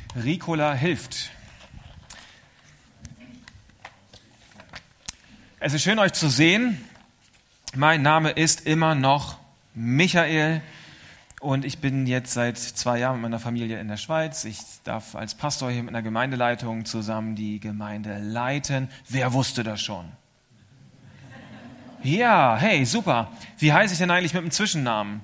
Ricola hilft. Es ist schön, euch zu sehen. Mein Name ist immer noch Michael und ich bin jetzt seit 2 Jahren mit meiner Familie in der Schweiz. Ich darf als Pastor hier mit einer Gemeindeleitung zusammen die Gemeinde leiten. Wer wusste das schon? Ja, hey, super. Wie heiße ich denn eigentlich mit dem Zwischennamen?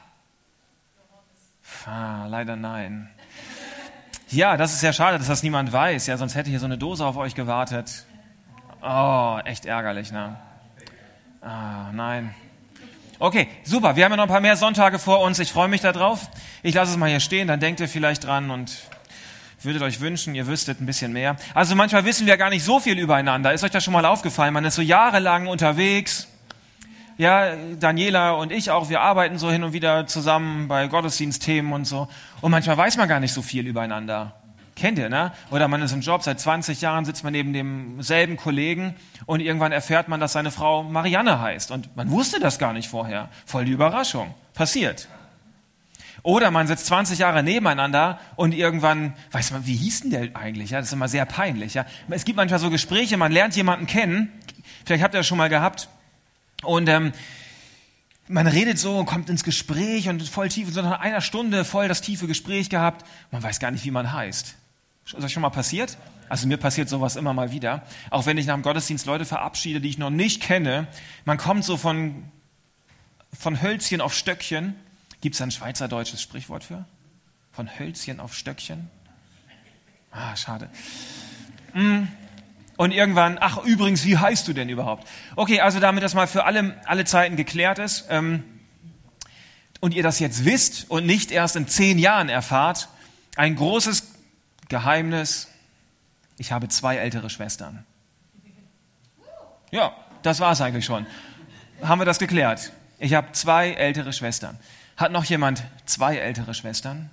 Leider nein. Ja, das ist ja schade, dass das niemand weiß. Ja, sonst hätte hier so eine Dose auf euch gewartet. Oh, echt ärgerlich, ne? Nein. Okay, super. Wir haben ja noch ein paar mehr Sonntage vor uns. Ich freue mich darauf. Ich lasse es mal hier stehen, dann denkt ihr vielleicht dran und würdet euch wünschen, ihr wüsstet ein bisschen mehr. Also manchmal wissen wir gar nicht so viel übereinander. Ist euch das schon mal aufgefallen? Man ist so jahrelang unterwegs. Ja, Daniela und ich auch, wir arbeiten so hin und wieder zusammen bei Gottesdienstthemen und so. Und manchmal weiß man gar nicht so viel übereinander. Kennt ihr, ne? Oder man ist im Job, seit 20 Jahren sitzt man neben demselben Kollegen und irgendwann erfährt man, dass seine Frau Marianne heißt. Und man wusste das gar nicht vorher. Voll die Überraschung. Passiert. Oder man sitzt 20 Jahre nebeneinander und irgendwann weiß man, wie hieß denn der eigentlich? Ja, das ist immer sehr peinlich. Ja? Es gibt manchmal so Gespräche, man lernt jemanden kennen. Vielleicht habt ihr das schon mal gehabt. Und man redet so und kommt ins Gespräch und voll tief, so nach einer Stunde voll das tiefe Gespräch gehabt. Man weiß gar nicht, wie man heißt. Ist das schon mal passiert? Also mir passiert sowas immer mal wieder. Auch wenn ich nach dem Gottesdienst Leute verabschiede, die ich noch nicht kenne. Man kommt so von Hölzchen auf Stöckchen. Gibt es da ein schweizerdeutsches Sprichwort für? Von Hölzchen auf Stöckchen? Schade. Und irgendwann, übrigens, wie heißt du denn überhaupt? Okay, also damit das mal für alle Zeiten geklärt ist und ihr das jetzt wisst und nicht erst in 10 Jahren erfahrt, ein großes Geheimnis, ich habe 2 ältere Schwestern. Ja, das war es eigentlich schon. Haben wir das geklärt? Ich habe 2 ältere Schwestern. Hat noch jemand 2 ältere Schwestern?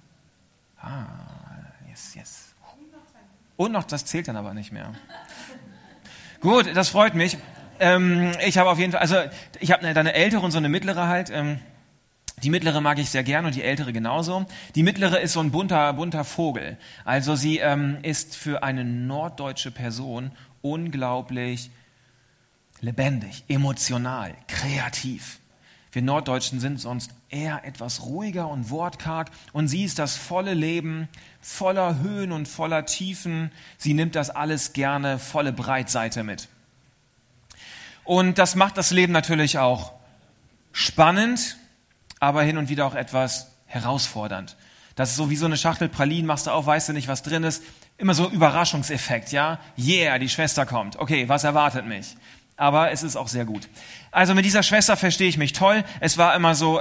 Yes. Und noch, das zählt dann aber nicht mehr. Gut, das freut mich. Ich habe auf jeden Fall, also ich habe eine ältere und so eine mittlere halt. Die mittlere mag ich sehr gern und die ältere genauso. Die mittlere ist so ein bunter Vogel. Also sie ist für eine norddeutsche Person unglaublich lebendig, emotional, kreativ. Wir Norddeutschen sind sonst eher etwas ruhiger und wortkarg. Und sie ist das volle Leben, voller Höhen und voller Tiefen. Sie nimmt das alles gerne, volle Breitseite mit. Und das macht das Leben natürlich auch spannend, aber hin und wieder auch etwas herausfordernd. Das ist so wie so eine Schachtel Pralinen, machst du auf, weißt du nicht, was drin ist. Immer so Überraschungseffekt, ja? Yeah, die Schwester kommt. Okay, was erwartet mich? Aber es ist auch sehr gut. Also mit dieser Schwester verstehe ich mich toll. Es war immer so,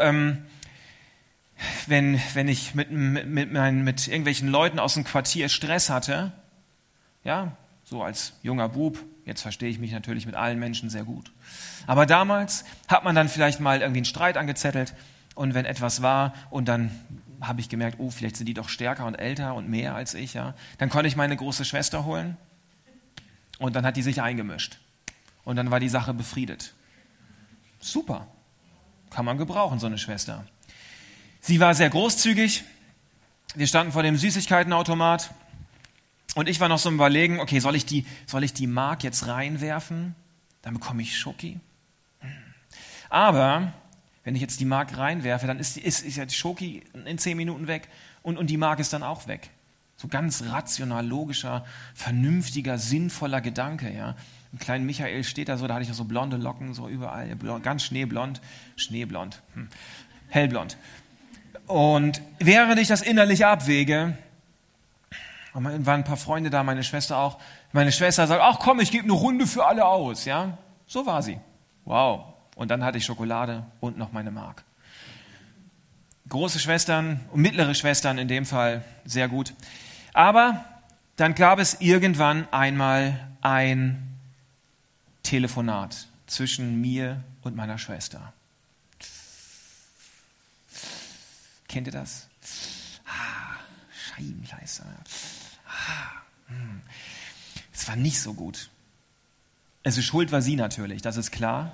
wenn ich mit irgendwelchen Leuten aus dem Quartier Stress hatte, ja, so als junger Bub, jetzt verstehe ich mich natürlich mit allen Menschen sehr gut. Aber damals hat man dann vielleicht mal irgendwie einen Streit angezettelt und wenn etwas war und dann habe ich gemerkt, vielleicht sind die doch stärker und älter und mehr als ich, ja, dann konnte ich meine große Schwester holen und dann hat die sich eingemischt. Und dann war die Sache befriedet. Super. Kann man gebrauchen, so eine Schwester. Sie war sehr großzügig. Wir standen vor dem Süßigkeitenautomat. Und ich war noch so im Überlegen, okay, soll ich die Mark jetzt reinwerfen? Dann bekomme ich Schoki. Aber wenn ich jetzt die Mark reinwerfe, dann ist ja die Schoki in 10 Minuten weg. Und die Mark ist dann auch weg. So ganz rational, logischer, vernünftiger, sinnvoller Gedanke, ja. Ein kleiner Michael steht da so, da hatte ich noch so blonde Locken, so überall, ganz schneeblond, hellblond. Und während ich das innerlich abwäge, und waren ein paar Freunde da, meine Schwester auch, meine Schwester sagt, komm, ich gebe eine Runde für alle aus, ja. So war sie. Wow. Und dann hatte ich Schokolade und noch meine Mark. Große Schwestern und mittlere Schwestern in dem Fall, sehr gut. Aber dann gab es irgendwann einmal ein Telefonat zwischen mir und meiner Schwester. Kennt ihr das? Scheibenkleister. Es war nicht so gut. Also schuld war sie natürlich, das ist klar.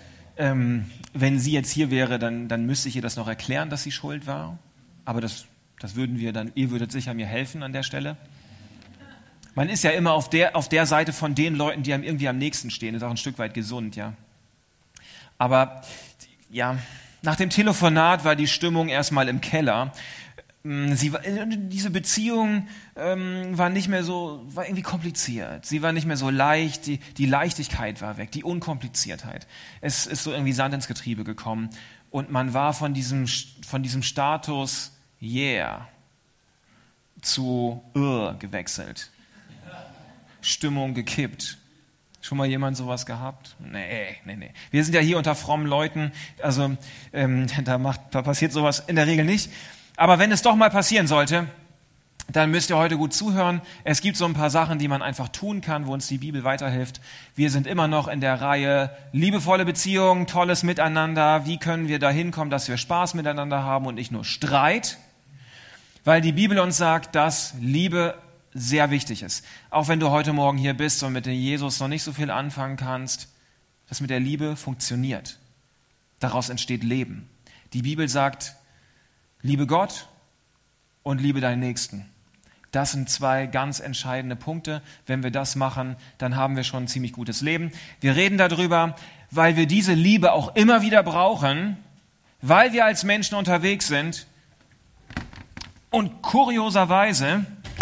Wenn sie jetzt hier wäre, dann müsste ich ihr das noch erklären, dass sie schuld war. Aber das Ihr würdet sicher mir helfen an der Stelle. Man ist ja immer auf der Seite von den Leuten, die einem irgendwie am nächsten stehen. Das ist auch ein Stück weit gesund, ja. Aber ja, nach dem Telefonat war die Stimmung erstmal im Keller. Diese Beziehung war irgendwie kompliziert. Sie war nicht mehr so leicht. Die Leichtigkeit war weg, die Unkompliziertheit. Es ist so irgendwie Sand ins Getriebe gekommen. Und man war von diesem Status yeah zu gewechselt. Stimmung gekippt. Schon mal jemand sowas gehabt? Nee. Wir sind ja hier unter frommen Leuten, also da passiert sowas in der Regel nicht. Aber wenn es doch mal passieren sollte, dann müsst ihr heute gut zuhören. Es gibt so ein paar Sachen, die man einfach tun kann, wo uns die Bibel weiterhilft. Wir sind immer noch in der Reihe liebevolle Beziehungen, tolles Miteinander. Wie können wir dahin kommen, dass wir Spaß miteinander haben und nicht nur Streit? Weil die Bibel uns sagt, dass Liebe sehr wichtig ist. Auch wenn du heute Morgen hier bist und mit dem Jesus noch nicht so viel anfangen kannst, das mit der Liebe funktioniert. Daraus entsteht Leben. Die Bibel sagt, liebe Gott und liebe deinen Nächsten. Das sind zwei ganz entscheidende Punkte. Wenn wir das machen, dann haben wir schon ein ziemlich gutes Leben. Wir reden darüber, weil wir diese Liebe auch immer wieder brauchen, weil wir als Menschen unterwegs sind und kurioserweise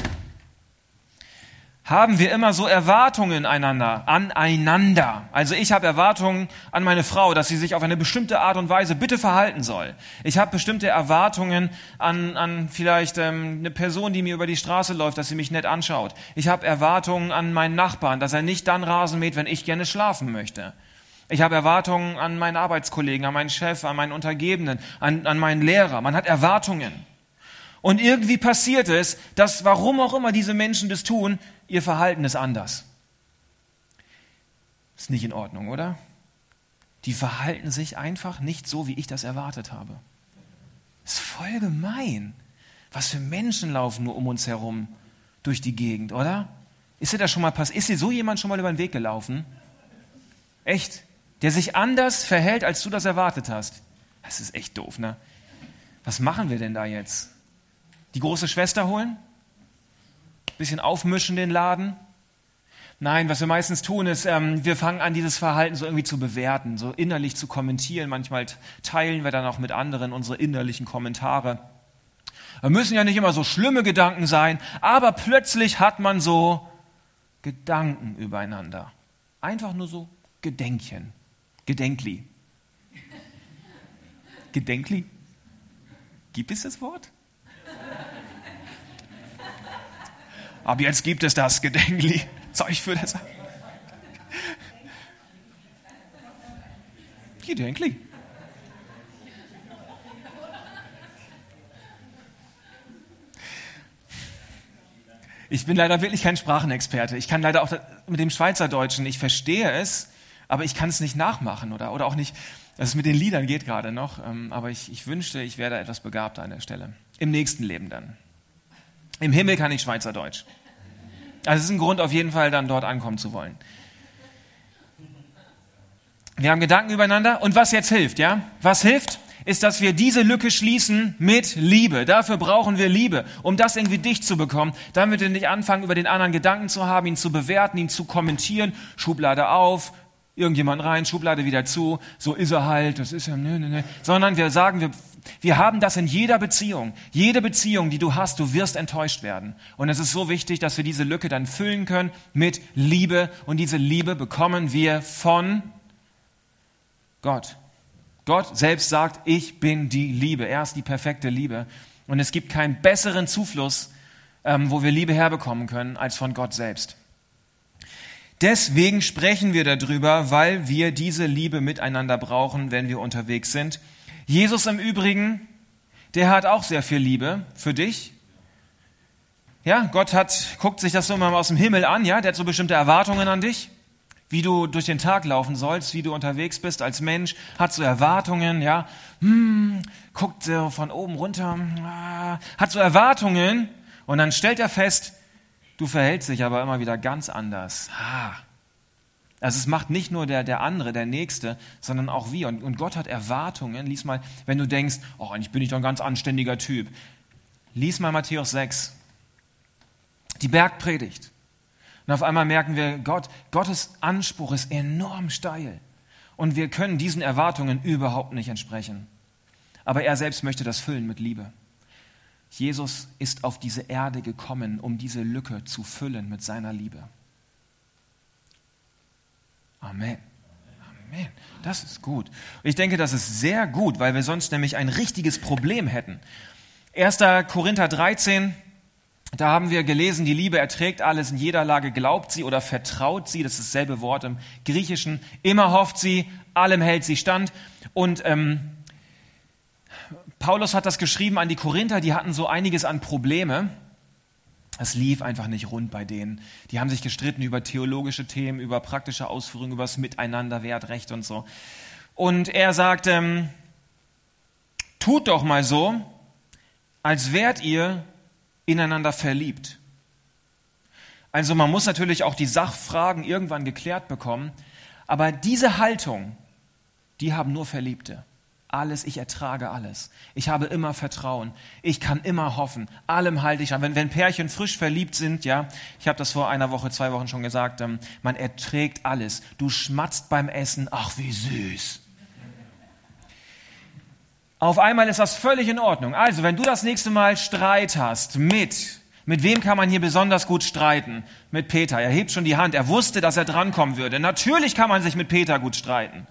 haben wir immer so Erwartungen aneinander. Also ich habe Erwartungen an meine Frau, dass sie sich auf eine bestimmte Art und Weise bitte verhalten soll. Ich habe bestimmte Erwartungen an vielleicht eine Person, die mir über die Straße läuft, dass sie mich nett anschaut. Ich habe Erwartungen an meinen Nachbarn, dass er nicht dann Rasen mäht, wenn ich gerne schlafen möchte. Ich habe Erwartungen an meinen Arbeitskollegen, an meinen Chef, an meinen Untergebenen, an meinen Lehrer. Man hat Erwartungen. Und irgendwie passiert es, dass, warum auch immer diese Menschen das tun, ihr Verhalten ist anders. Ist nicht in Ordnung, oder? Die verhalten sich einfach nicht so, wie ich das erwartet habe. Ist voll gemein. Was für Menschen laufen nur um uns herum durch die Gegend, oder? Ist dir das schon mal passiert? Ist dir so jemand schon mal über den Weg gelaufen? Echt? Der sich anders verhält, als du das erwartet hast. Das ist echt doof, ne? Was machen wir denn da jetzt? Die große Schwester holen? Bisschen aufmischen den Laden? Nein, was wir meistens tun, ist, wir fangen an, dieses Verhalten so irgendwie zu bewerten, so innerlich zu kommentieren. Manchmal teilen wir dann auch mit anderen unsere innerlichen Kommentare. Wir müssen ja nicht immer so schlimme Gedanken sein, aber plötzlich hat man so Gedanken übereinander. Einfach nur so Gedenkchen. Gedenkli. Gedenkli? Gibt es das Wort? Aber jetzt gibt es das Gedenkli. Soll ich für das sagen? Gedenkli. Ich bin leider wirklich kein Sprachenexperte. Ich kann leider auch mit dem Schweizerdeutschen, ich verstehe es, aber ich kann es nicht nachmachen oder auch nicht, dass es mit den Liedern geht gerade noch. Aber ich wünschte, ich wäre da etwas begabter an der Stelle. Im nächsten Leben dann. Im Himmel kann ich Schweizerdeutsch. Also es ist ein Grund, auf jeden Fall dann dort ankommen zu wollen. Wir haben Gedanken übereinander. Und was jetzt hilft, ja? Was hilft, ist, dass wir diese Lücke schließen mit Liebe. Dafür brauchen wir Liebe, um das irgendwie dicht zu bekommen. Damit wir nicht anfangen, über den anderen Gedanken zu haben, ihn zu bewerten, ihn zu kommentieren. Schublade auf, irgendjemand rein, Schublade wieder zu. So ist er halt, das ist ja, nö. Sondern wir sagen, wir haben das in jeder Beziehung. Jede Beziehung, die du hast, du wirst enttäuscht werden. Und es ist so wichtig, dass wir diese Lücke dann füllen können mit Liebe. Und diese Liebe bekommen wir von Gott. Gott selbst sagt, ich bin die Liebe. Er ist die perfekte Liebe. Und es gibt keinen besseren Zufluss, wo wir Liebe herbekommen können, als von Gott selbst. Deswegen sprechen wir darüber, weil wir diese Liebe miteinander brauchen, wenn wir unterwegs sind. Jesus im Übrigen, der hat auch sehr viel Liebe für dich. Ja, Gott guckt sich das so mal aus dem Himmel an, ja, der hat so bestimmte Erwartungen an dich, wie du durch den Tag laufen sollst, wie du unterwegs bist als Mensch, hat so Erwartungen, ja, guckt so von oben runter, hat so Erwartungen und dann stellt er fest, du verhältst dich aber immer wieder ganz anders. Also es macht nicht nur der andere, der Nächste, sondern auch wir. Und Gott hat Erwartungen. Lies mal, wenn du denkst, eigentlich bin ich doch ein ganz anständiger Typ. Lies mal Matthäus 6. Die Bergpredigt. Und auf einmal merken wir, Gottes Anspruch ist enorm steil. Und wir können diesen Erwartungen überhaupt nicht entsprechen. Aber er selbst möchte das füllen mit Liebe. Jesus ist auf diese Erde gekommen, um diese Lücke zu füllen mit seiner Liebe. Amen. Amen. Das ist gut. Ich denke, das ist sehr gut, weil wir sonst nämlich ein richtiges Problem hätten. 1. Korinther 13, da haben wir gelesen, die Liebe erträgt alles, in jeder Lage glaubt sie oder vertraut sie, das ist dasselbe Wort im Griechischen, immer hofft sie, allem hält sie stand. Und Paulus hat das geschrieben an die Korinther, die hatten so einiges an Probleme. Es lief einfach nicht rund bei denen. Die haben sich gestritten über theologische Themen, über praktische Ausführungen, über das Miteinander, wer hat Recht und so. Und er sagt, tut doch mal so, als wärt ihr ineinander verliebt. Also man muss natürlich auch die Sachfragen irgendwann geklärt bekommen, aber diese Haltung, die haben nur Verliebte. Alles, ich ertrage alles. Ich habe immer Vertrauen. Ich kann immer hoffen. Allem halte ich an. Wenn Pärchen frisch verliebt sind, ja, ich habe das vor einer Woche, 2 Wochen schon gesagt, man erträgt alles. Du schmatzt beim Essen, ach wie süß. Auf einmal ist das völlig in Ordnung. Also, wenn du das nächste Mal Streit hast mit wem kann man hier besonders gut streiten? Mit Peter. Er hebt schon die Hand. Er wusste, dass er drankommen würde. Natürlich kann man sich mit Peter gut streiten.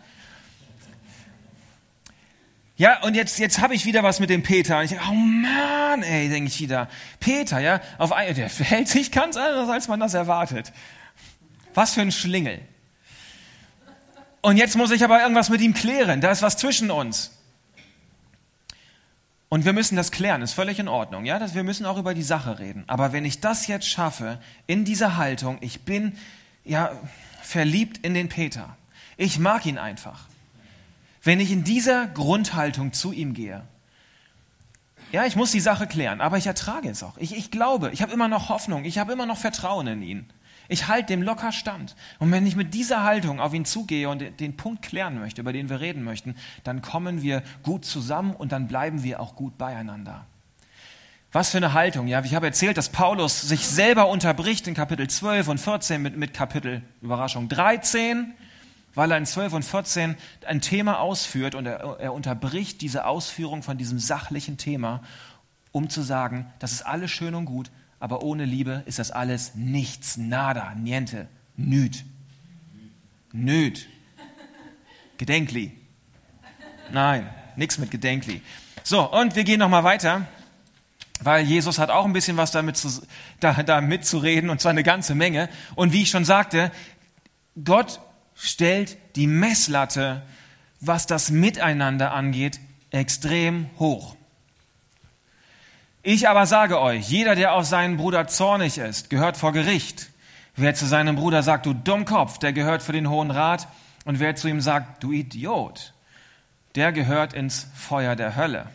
Ja, und jetzt habe ich wieder was mit dem Peter. Und ich denke, oh Mann, ey, denke ich wieder. Peter, ja, der verhält sich ganz anders, als man das erwartet. Was für ein Schlingel. Und jetzt muss ich aber irgendwas mit ihm klären. Da ist was zwischen uns. Und wir müssen das klären, ist völlig in Ordnung. Ja, wir müssen auch über die Sache reden. Aber wenn ich das jetzt schaffe, in dieser Haltung, ich bin ja verliebt in den Peter. Ich mag ihn einfach. Wenn ich in dieser Grundhaltung zu ihm gehe, ja, ich muss die Sache klären, aber ich ertrage es auch. Ich glaube, ich habe immer noch Hoffnung, ich habe immer noch Vertrauen in ihn. Ich halte dem locker stand. Und wenn ich mit dieser Haltung auf ihn zugehe und den Punkt klären möchte, über den wir reden möchten, dann kommen wir gut zusammen und dann bleiben wir auch gut beieinander. Was für eine Haltung. Ja, ich habe erzählt, dass Paulus sich selber unterbricht in Kapitel 12 und 14 mit Kapitel, Überraschung, 13, weil er in 12 und 14 ein Thema ausführt und er unterbricht diese Ausführung von diesem sachlichen Thema, um zu sagen, das ist alles schön und gut, aber ohne Liebe ist das alles nichts, nada, niente, nüt. Nüt. Gedenkli. Nein, nichts mit Gedenkli. So, und wir gehen nochmal weiter, weil Jesus hat auch ein bisschen was damit zu reden, und zwar eine ganze Menge. Und wie ich schon sagte, Gott stellt die Messlatte, was das Miteinander angeht, extrem hoch. Ich aber sage euch, jeder, der auf seinen Bruder zornig ist, gehört vor Gericht. Wer zu seinem Bruder sagt, du Dummkopf, der gehört vor den Hohen Rat. Und wer zu ihm sagt, du Idiot, der gehört ins Feuer der Hölle.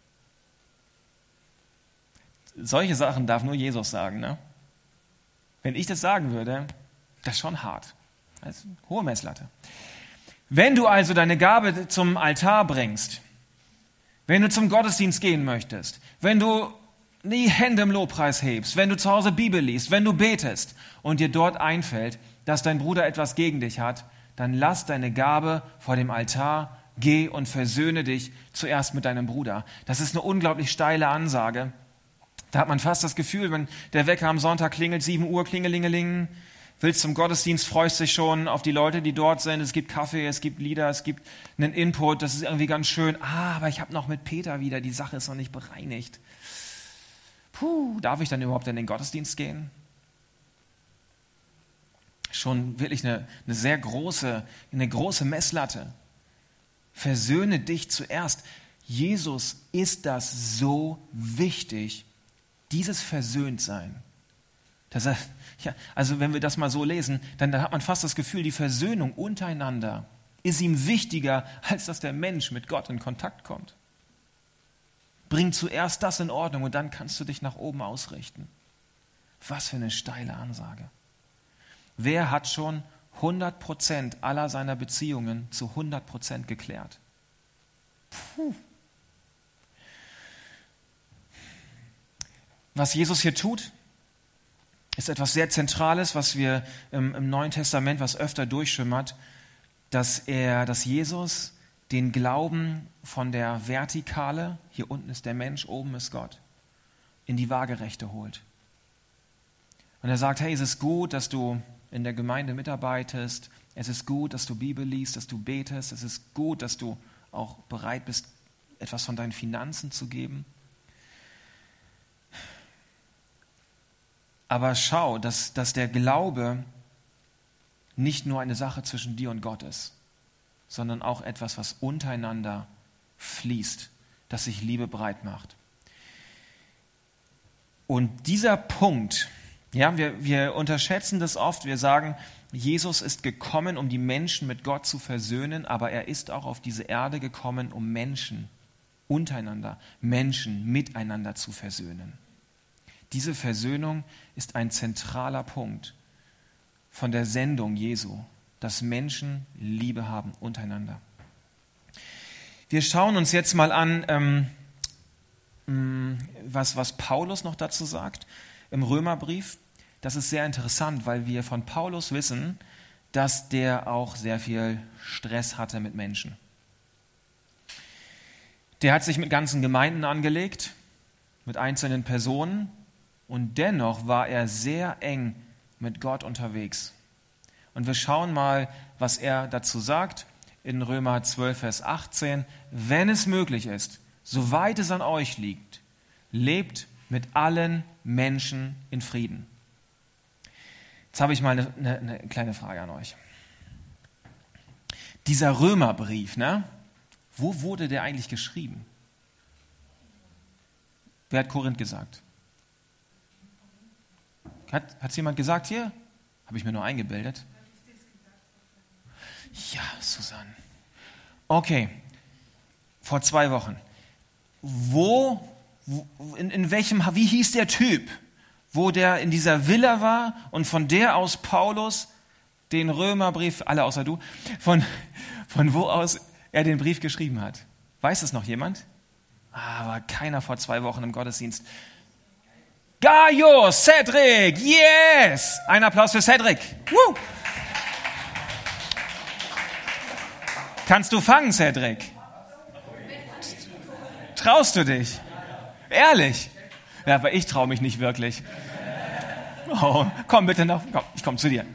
Solche Sachen darf nur Jesus sagen, ne? Wenn ich das sagen würde, das ist schon hart. Das ist eine hohe Messlatte. Wenn du also deine Gabe zum Altar bringst, wenn du zum Gottesdienst gehen möchtest, wenn du die Hände im Lobpreis hebst, wenn du zu Hause Bibel liest, wenn du betest und dir dort einfällt, dass dein Bruder etwas gegen dich hat, dann lass deine Gabe vor dem Altar, geh und versöhne dich zuerst mit deinem Bruder. Das ist eine unglaublich steile Ansage. Da hat man fast das Gefühl, wenn der Wecker am Sonntag klingelt, 7 Uhr, klingelingeling, willst zum Gottesdienst, freust dich schon auf die Leute, die dort sind. Es gibt Kaffee, es gibt Lieder, es gibt einen Input. Das ist irgendwie ganz schön. Aber ich habe noch mit Peter wieder, die Sache ist noch nicht bereinigt. Darf ich dann überhaupt in den Gottesdienst gehen? Schon wirklich eine sehr große Messlatte. Versöhne dich zuerst. Jesus ist das so wichtig, dieses Versöhntsein. Das heißt, ja, also wenn wir das mal so lesen, dann hat man fast das Gefühl, die Versöhnung untereinander ist ihm wichtiger, als dass der Mensch mit Gott in Kontakt kommt. Bring zuerst das in Ordnung und dann kannst du dich nach oben ausrichten. Was für eine steile Ansage. Wer hat schon 100% aller seiner Beziehungen zu 100% geklärt? Was Jesus hier tut, ist etwas sehr Zentrales, was wir im Neuen Testament, was öfter durchschimmert, dass Jesus den Glauben von der Vertikale, hier unten ist der Mensch, oben ist Gott, in die Waagerechte holt. Und er sagt, hey, es ist gut, dass du in der Gemeinde mitarbeitest, es ist gut, dass du Bibel liest, dass du betest, es ist gut, dass du auch bereit bist, etwas von deinen Finanzen zu geben. Aber schau, dass der Glaube nicht nur eine Sache zwischen dir und Gott ist, sondern auch etwas, was untereinander fließt, das sich Liebe breit macht. Und dieser Punkt, ja, wir unterschätzen das oft, wir sagen, Jesus ist gekommen, um die Menschen mit Gott zu versöhnen, aber er ist auch auf diese Erde gekommen, um Menschen untereinander, Menschen miteinander zu versöhnen. Diese Versöhnung ist ein zentraler Punkt von der Sendung Jesu, dass Menschen Liebe haben untereinander. Wir schauen uns jetzt mal an, was Paulus noch dazu sagt im Römerbrief. Das ist sehr interessant, weil wir von Paulus wissen, dass der auch sehr viel Stress hatte mit Menschen. Der hat sich mit ganzen Gemeinden angelegt, mit einzelnen Personen, und dennoch war er sehr eng mit Gott unterwegs. Und wir schauen mal, was er dazu sagt in Römer 12, Vers 18. Wenn es möglich ist, soweit es an euch liegt, lebt mit allen Menschen in Frieden. Jetzt habe ich mal eine kleine Frage an euch. Dieser Römerbrief, ne? Wo wurde der eigentlich geschrieben? Wer hat Korinth gesagt? Hat es jemand gesagt hier? Habe ich mir nur eingebildet. Ja, Susanne. Okay, vor 2 Wochen. Wie hieß der Typ, wo der in dieser Villa war und von der aus Paulus den Römerbrief, alle außer du, von wo aus er den Brief geschrieben hat? Weiß es noch jemand? Aber keiner vor 2 Wochen im Gottesdienst. Gaius, Cedric, yes! Ein Applaus für Cedric. Woo! Kannst du fangen, Cedric? Traust du dich? Ehrlich? Ja, aber ich traue mich nicht wirklich. Oh, komm bitte noch. Komm, ich komme zu dir.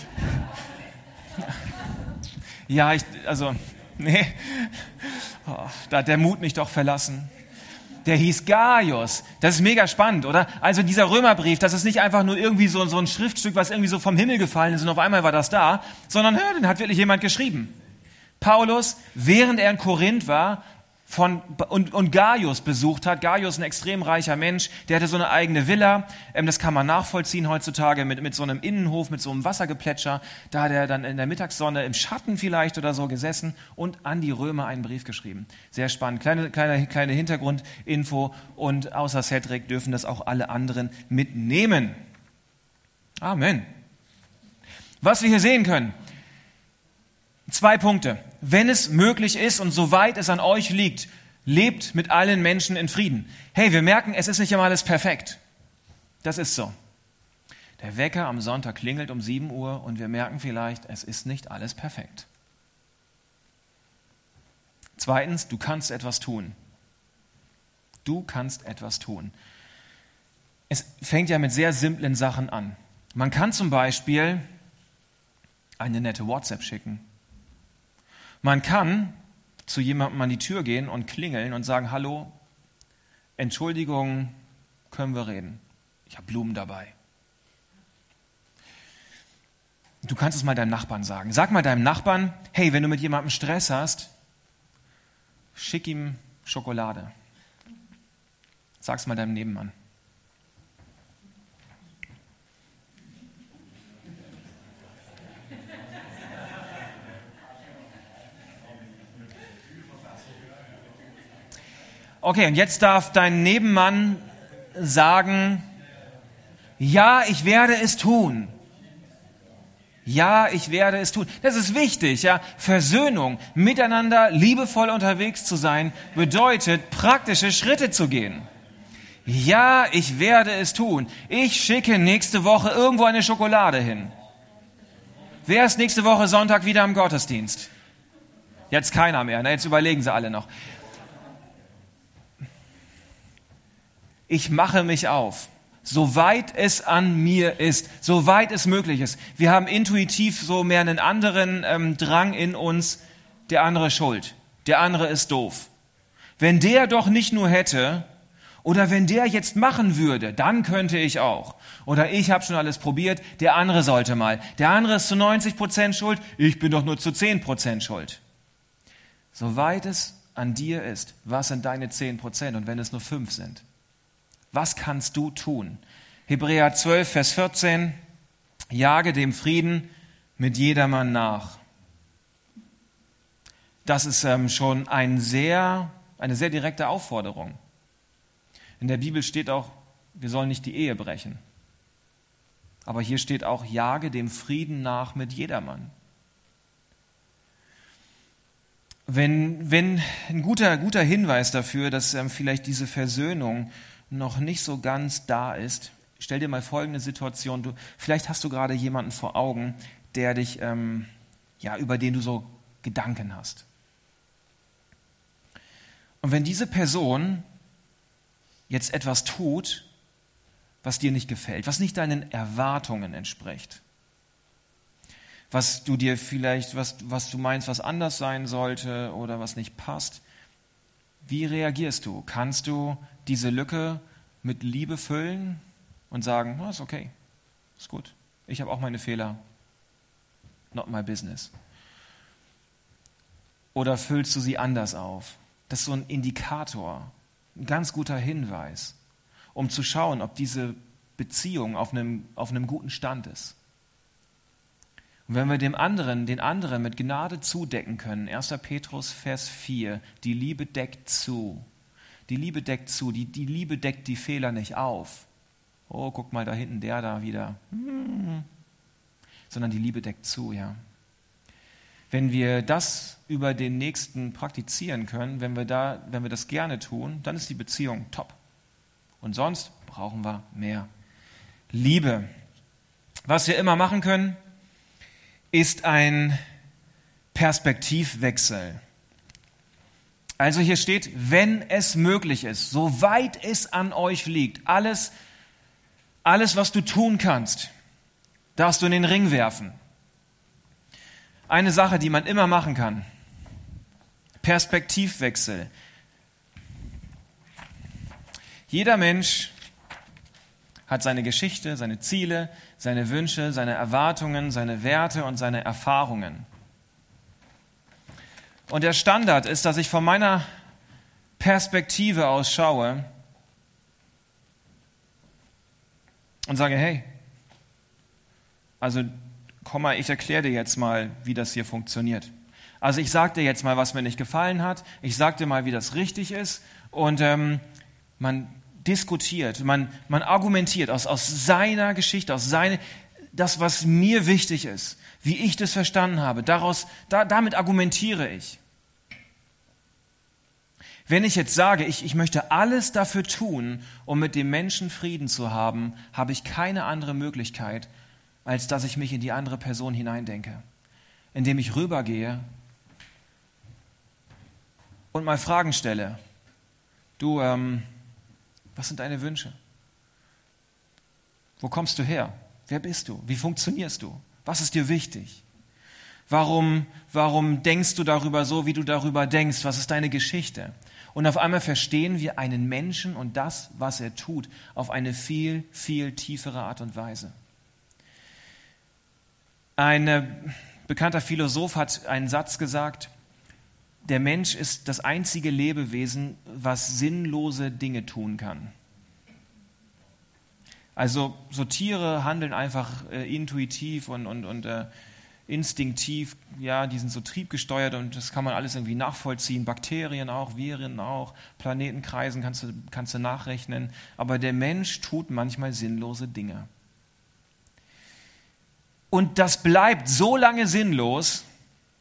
Ja, nee. Oh, da hat der Mut mich doch verlassen. Der hieß Gaius. Das ist mega spannend, oder? Also dieser Römerbrief, das ist nicht einfach nur irgendwie so ein Schriftstück, was irgendwie so vom Himmel gefallen ist und auf einmal war das da, sondern den hat wirklich jemand geschrieben. Paulus, während er in Korinth war und Gaius besucht hat. Gaius, ein extrem reicher Mensch, der hatte so eine eigene Villa. Das kann man nachvollziehen heutzutage mit so einem Innenhof, mit so einem Wassergeplätscher. Da hat er dann in der Mittagssonne im Schatten vielleicht oder so gesessen und an die Römer einen Brief geschrieben. Sehr spannend. Kleine Hintergrundinfo, und außer Cedric dürfen das auch alle anderen mitnehmen. Amen. Was wir hier sehen können: 2 Punkte. Wenn es möglich ist und soweit es an euch liegt, lebt mit allen Menschen in Frieden. Hey, wir merken, es ist nicht immer alles perfekt. Das ist so. Der Wecker am Sonntag klingelt um 7 Uhr und wir merken vielleicht, es ist nicht alles perfekt. 2, du kannst etwas tun. Du kannst etwas tun. Es fängt ja mit sehr simplen Sachen an. Man kann zum Beispiel eine nette WhatsApp schicken. Man kann zu jemandem an die Tür gehen und klingeln und sagen, hallo, Entschuldigung, können wir reden? Ich habe Blumen dabei. Du kannst es mal deinem Nachbarn sagen. Sag mal deinem Nachbarn, hey, wenn du mit jemandem Stress hast, schick ihm Schokolade. Sag's mal deinem Nebenmann. Okay, und jetzt darf dein Nebenmann sagen, ja, ich werde es tun. Ja, ich werde es tun. Das ist wichtig, ja. Versöhnung, miteinander liebevoll unterwegs zu sein, bedeutet, praktische Schritte zu gehen. Ja, ich werde es tun. Ich schicke nächste Woche irgendwo eine Schokolade hin. Wer ist nächste Woche Sonntag wieder im Gottesdienst? Jetzt keiner mehr, jetzt überlegen sie alle noch. Ich mache mich auf, soweit es an mir ist, soweit es möglich ist. Wir haben intuitiv so mehr einen anderen Drang in uns, der andere ist schuld, der andere ist doof. Wenn der doch nicht nur hätte, oder wenn der jetzt machen würde, dann könnte ich auch. Oder ich habe schon alles probiert, der andere sollte mal. Der andere ist zu 90% schuld, ich bin doch nur zu 10% schuld. Soweit es an dir ist, was sind deine 10%? Und wenn es nur 5 sind? Was kannst du tun? Hebräer 12, Vers 14. Jage dem Frieden mit jedermann nach. Das ist schon eine sehr direkte Aufforderung. In der Bibel steht auch, wir sollen nicht die Ehe brechen. Aber hier steht auch, jage dem Frieden nach mit jedermann. Wenn ein guter Hinweis dafür, dass vielleicht diese Versöhnung noch nicht so ganz da ist, stell dir mal folgende Situation. Vielleicht hast du gerade jemanden vor Augen, der dich, über den du so Gedanken hast. Und wenn diese Person jetzt etwas tut, was dir nicht gefällt, was nicht deinen Erwartungen entspricht, was du dir vielleicht, was du meinst, was anders sein sollte oder was nicht passt, wie reagierst du? Kannst du diese Lücke mit Liebe füllen und sagen, ist okay, ist gut, ich habe auch meine Fehler, not my business? Oder füllst du sie anders auf? Das ist so ein Indikator, ein ganz guter Hinweis, um zu schauen, ob diese Beziehung auf einem guten Stand ist. Und wenn wir den anderen mit Gnade zudecken können, 1. Petrus, Vers 4, die Liebe deckt zu. Die Liebe deckt zu, die Liebe deckt die Fehler nicht auf. Oh, guck mal da hinten, der da wieder. Sondern die Liebe deckt zu, ja. Wenn wir das über den Nächsten praktizieren können, wenn wir das gerne tun, dann ist die Beziehung top. Und sonst brauchen wir mehr Liebe. Was wir immer machen können, ist ein Perspektivwechsel. Also hier steht, wenn es möglich ist, soweit es an euch liegt, alles, was du tun kannst, darfst du in den Ring werfen. Eine Sache, die man immer machen kann. Perspektivwechsel. Jeder Mensch hat seine Geschichte, seine Ziele, seine Wünsche, seine Erwartungen, seine Werte und seine Erfahrungen. Und der Standard ist, dass ich von meiner Perspektive aus schaue und sage, hey, also komm mal, ich erkläre dir jetzt mal, wie das hier funktioniert. Also ich sage dir jetzt mal, was mir nicht gefallen hat. Ich sage dir mal, wie das richtig ist. Und man diskutiert, man argumentiert aus seiner Geschichte, das, was mir wichtig ist, wie ich das verstanden habe. Damit argumentiere ich. Wenn ich jetzt sage, ich möchte alles dafür tun, um mit dem Menschen Frieden zu haben, habe ich keine andere Möglichkeit, als dass ich mich in die andere Person hineindenke, indem ich rübergehe und mal Fragen stelle. Du, was sind deine Wünsche? Wo kommst du her? Wer bist du? Wie funktionierst du? Was ist dir wichtig? Warum denkst du darüber so, wie du darüber denkst? Was ist deine Geschichte? Und auf einmal verstehen wir einen Menschen und das, was er tut, auf eine viel, viel tiefere Art und Weise. Ein bekannter Philosoph hat einen Satz gesagt, der Mensch ist das einzige Lebewesen, was sinnlose Dinge tun kann. Also so Tiere handeln einfach intuitiv und instinktiv, ja, die sind so triebgesteuert und das kann man alles irgendwie nachvollziehen. Bakterien auch, Viren auch, Planetenkreisen kannst du nachrechnen. Aber der Mensch tut manchmal sinnlose Dinge. Und das bleibt so lange sinnlos,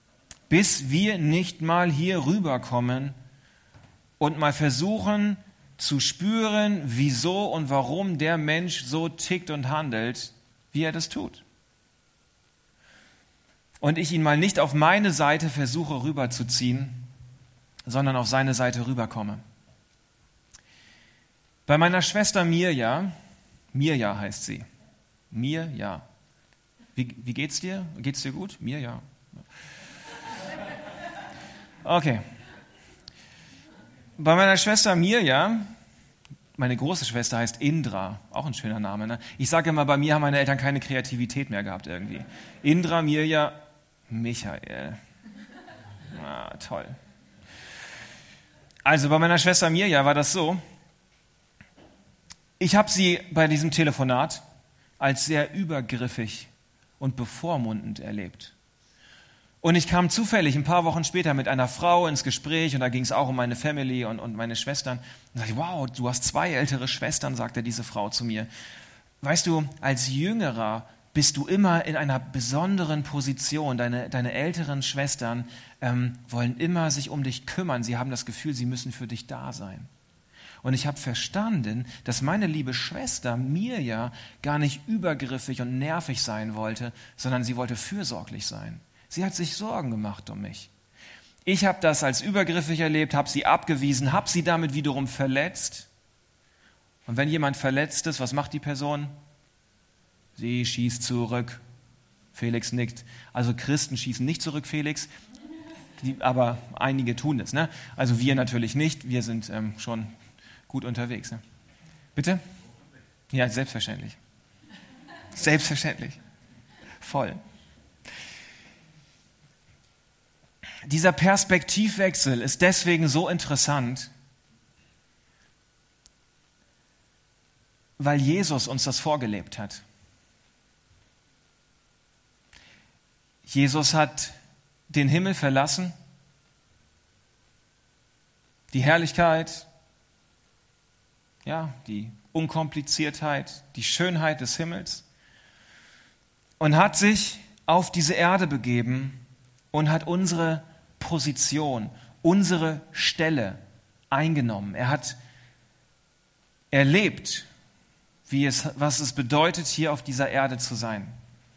bis wir nicht mal hier rüberkommen und mal versuchen, zu spüren, wieso und warum der Mensch so tickt und handelt, wie er das tut. Und ich ihn mal nicht auf meine Seite versuche rüberzuziehen, sondern auf seine Seite rüberkomme. Bei meiner Schwester Mirja heißt sie. Mirja. Wie geht's dir? Geht's dir gut? Mirja. Okay. Bei meiner Schwester Mirja, meine große Schwester heißt Indra, auch ein schöner Name, ne? Ich sage immer, bei mir haben meine Eltern keine Kreativität mehr gehabt irgendwie. Indra, Mirja, Michael. Ah, toll. Also bei meiner Schwester Mirja war das so, ich habe sie bei diesem Telefonat als sehr übergriffig und bevormundend erlebt. Und ich kam zufällig ein paar Wochen später mit einer Frau ins Gespräch und da ging es auch um meine Family und meine Schwestern. Und sagte ich, wow, du hast 2 ältere Schwestern, sagte diese Frau zu mir. Weißt du, als Jüngerer bist du immer in einer besonderen Position. Deine älteren Schwestern wollen immer sich um dich kümmern. Sie haben das Gefühl, sie müssen für dich da sein. Und ich habe verstanden, dass meine liebe Schwester Mirja gar nicht übergriffig und nervig sein wollte, sondern sie wollte fürsorglich sein. Sie hat sich Sorgen gemacht um mich. Ich habe das als übergriffig erlebt, habe sie abgewiesen, habe sie damit wiederum verletzt. Und wenn jemand verletzt ist, was macht die Person? Sie schießt zurück. Felix nickt. Also Christen schießen nicht zurück, Felix. Aber einige tun das. Ne? Also wir natürlich nicht. Wir sind schon gut unterwegs. Ne? Bitte? Ja, selbstverständlich. Selbstverständlich. Voll. Dieser Perspektivwechsel ist deswegen so interessant, weil Jesus uns das vorgelebt hat. Jesus hat den Himmel verlassen, die Herrlichkeit, ja, die Unkompliziertheit, die Schönheit des Himmels und hat sich auf diese Erde begeben und hat unsere Position, unsere Stelle eingenommen. Er hat erlebt, was es bedeutet, hier auf dieser Erde zu sein.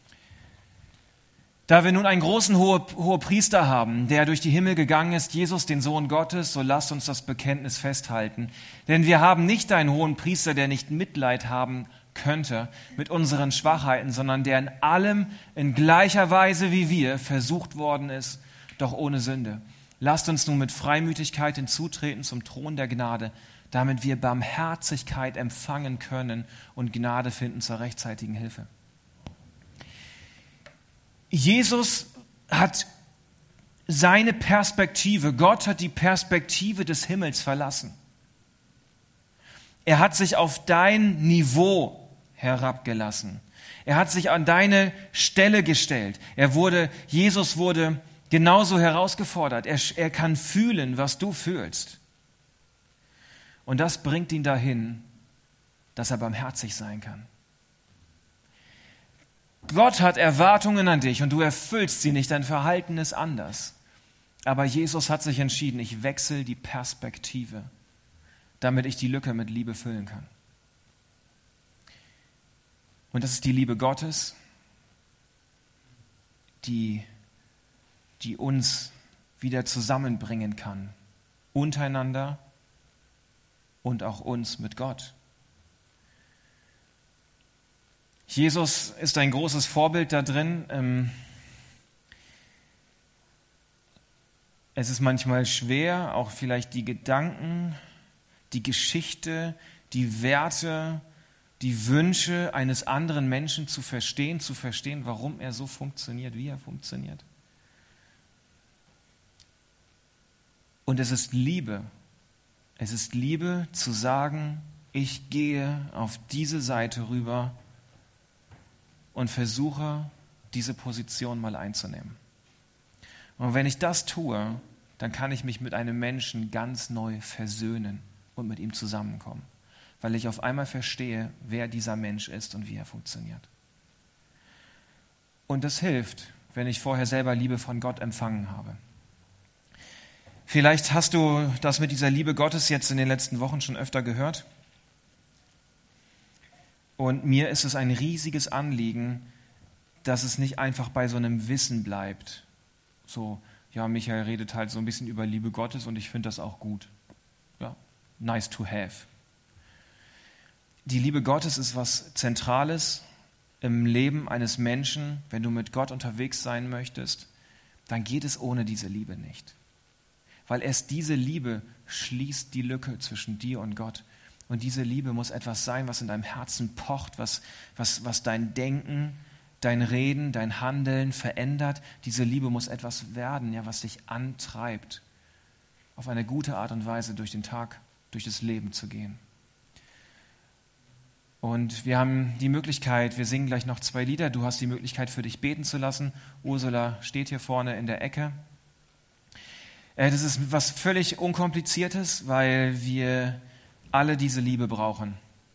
Da wir nun einen großen Hohepriester haben, der durch die Himmel gegangen ist, Jesus, den Sohn Gottes, so lasst uns das Bekenntnis festhalten. Denn wir haben nicht einen Hohenpriester, der nicht Mitleid haben könnte mit unseren Schwachheiten, sondern der in allem in gleicher Weise wie wir versucht worden ist, doch ohne Sünde. Lasst uns nun mit Freimütigkeit hinzutreten zum Thron der Gnade, damit wir Barmherzigkeit empfangen können und Gnade finden zur rechtzeitigen Hilfe. Jesus hat seine Perspektive, Gott hat die Perspektive des Himmels verlassen. Er hat sich auf dein Niveau herabgelassen. Er hat sich an deine Stelle gestellt. Jesus wurde genauso herausgefordert. Er kann fühlen, was du fühlst. Und das bringt ihn dahin, dass er barmherzig sein kann. Gott hat Erwartungen an dich und du erfüllst sie nicht, dein Verhalten ist anders. Aber Jesus hat sich entschieden, ich wechsle die Perspektive, damit ich die Lücke mit Liebe füllen kann. Und das ist die Liebe Gottes, die uns wieder zusammenbringen kann, untereinander und auch uns mit Gott. Jesus ist ein großes Vorbild da drin. Es ist manchmal schwer, auch vielleicht die Gedanken, die Geschichte, die Werte, die Wünsche eines anderen Menschen zu verstehen, warum er so funktioniert, wie er funktioniert. Und es ist Liebe zu sagen, ich gehe auf diese Seite rüber und versuche, diese Position mal einzunehmen. Und wenn ich das tue, dann kann ich mich mit einem Menschen ganz neu versöhnen und mit ihm zusammenkommen, weil ich auf einmal verstehe, wer dieser Mensch ist und wie er funktioniert. Und das hilft, wenn ich vorher selber Liebe von Gott empfangen habe. Vielleicht hast du das mit dieser Liebe Gottes jetzt in den letzten Wochen schon öfter gehört. Und mir ist es ein riesiges Anliegen, dass es nicht einfach bei so einem Wissen bleibt. So, ja, Michael redet halt so ein bisschen über Liebe Gottes und ich finde das auch gut. Ja, nice to have. Die Liebe Gottes ist was Zentrales im Leben eines Menschen. Wenn du mit Gott unterwegs sein möchtest, dann geht es ohne diese Liebe nicht. Weil erst diese Liebe schließt die Lücke zwischen dir und Gott. Und diese Liebe muss etwas sein, was in deinem Herzen pocht, was dein Denken, dein Reden, dein Handeln verändert. Diese Liebe muss etwas werden, ja, was dich antreibt, auf eine gute Art und Weise durch den Tag, durch das Leben zu gehen. Und wir haben die Möglichkeit, wir singen gleich noch 2 Lieder, du hast die Möglichkeit, für dich beten zu lassen. Ursula steht hier vorne in der Ecke. Das ist was völlig Unkompliziertes, weil wir alle diese Liebe brauchen.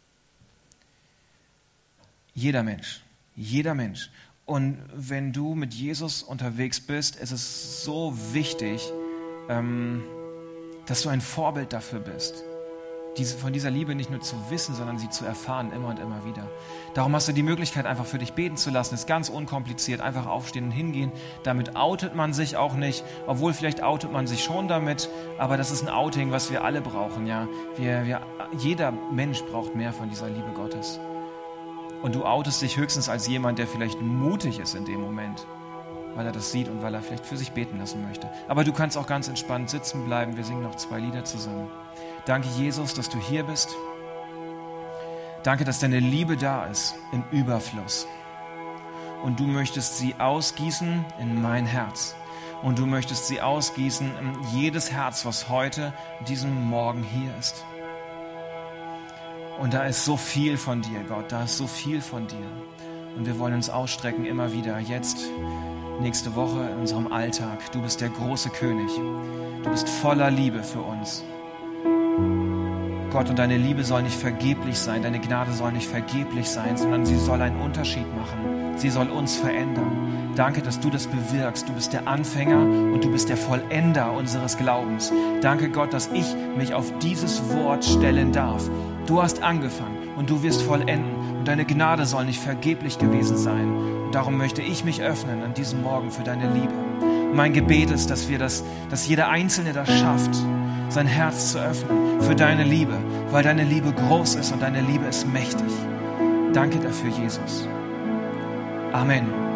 Jeder Mensch. Und wenn du mit Jesus unterwegs bist, ist es so wichtig, dass du ein Vorbild dafür bist. Von dieser Liebe nicht nur zu wissen, sondern sie zu erfahren, immer und immer wieder. Darum hast du die Möglichkeit, einfach für dich beten zu lassen. Ist ganz unkompliziert, einfach aufstehen und hingehen. Damit outet man sich auch nicht, obwohl vielleicht outet man sich schon damit, aber das ist ein Outing, was wir alle brauchen. Ja? Jeder Mensch braucht mehr von dieser Liebe Gottes. Und du outest dich höchstens als jemand, der vielleicht mutig ist in dem Moment, weil er das sieht und weil er vielleicht für sich beten lassen möchte. Aber du kannst auch ganz entspannt sitzen bleiben. Wir singen noch 2 Lieder zusammen. Danke, Jesus, dass du hier bist. Danke, dass deine Liebe da ist im Überfluss. Und du möchtest sie ausgießen in mein Herz. Und du möchtest sie ausgießen in jedes Herz, was heute, diesen Morgen hier ist. Und da ist so viel von dir, Gott. Da ist so viel von dir. Und wir wollen uns ausstrecken immer wieder. Jetzt, nächste Woche in unserem Alltag. Du bist der große König. Du bist voller Liebe für uns. Gott, und deine Liebe soll nicht vergeblich sein, deine Gnade soll nicht vergeblich sein, sondern sie soll einen Unterschied machen. Sie soll uns verändern. Danke, dass du das bewirkst. Du bist der Anfänger und du bist der Vollender unseres Glaubens. Danke, Gott, dass ich mich auf dieses Wort stellen darf. Du hast angefangen und du wirst vollenden. Und deine Gnade soll nicht vergeblich gewesen sein. Und darum möchte ich mich öffnen an diesem Morgen für deine Liebe. Und mein Gebet ist, dass jeder Einzelne das schafft, sein Herz zu öffnen für deine Liebe, weil deine Liebe groß ist und deine Liebe ist mächtig. Danke dafür, Jesus. Amen.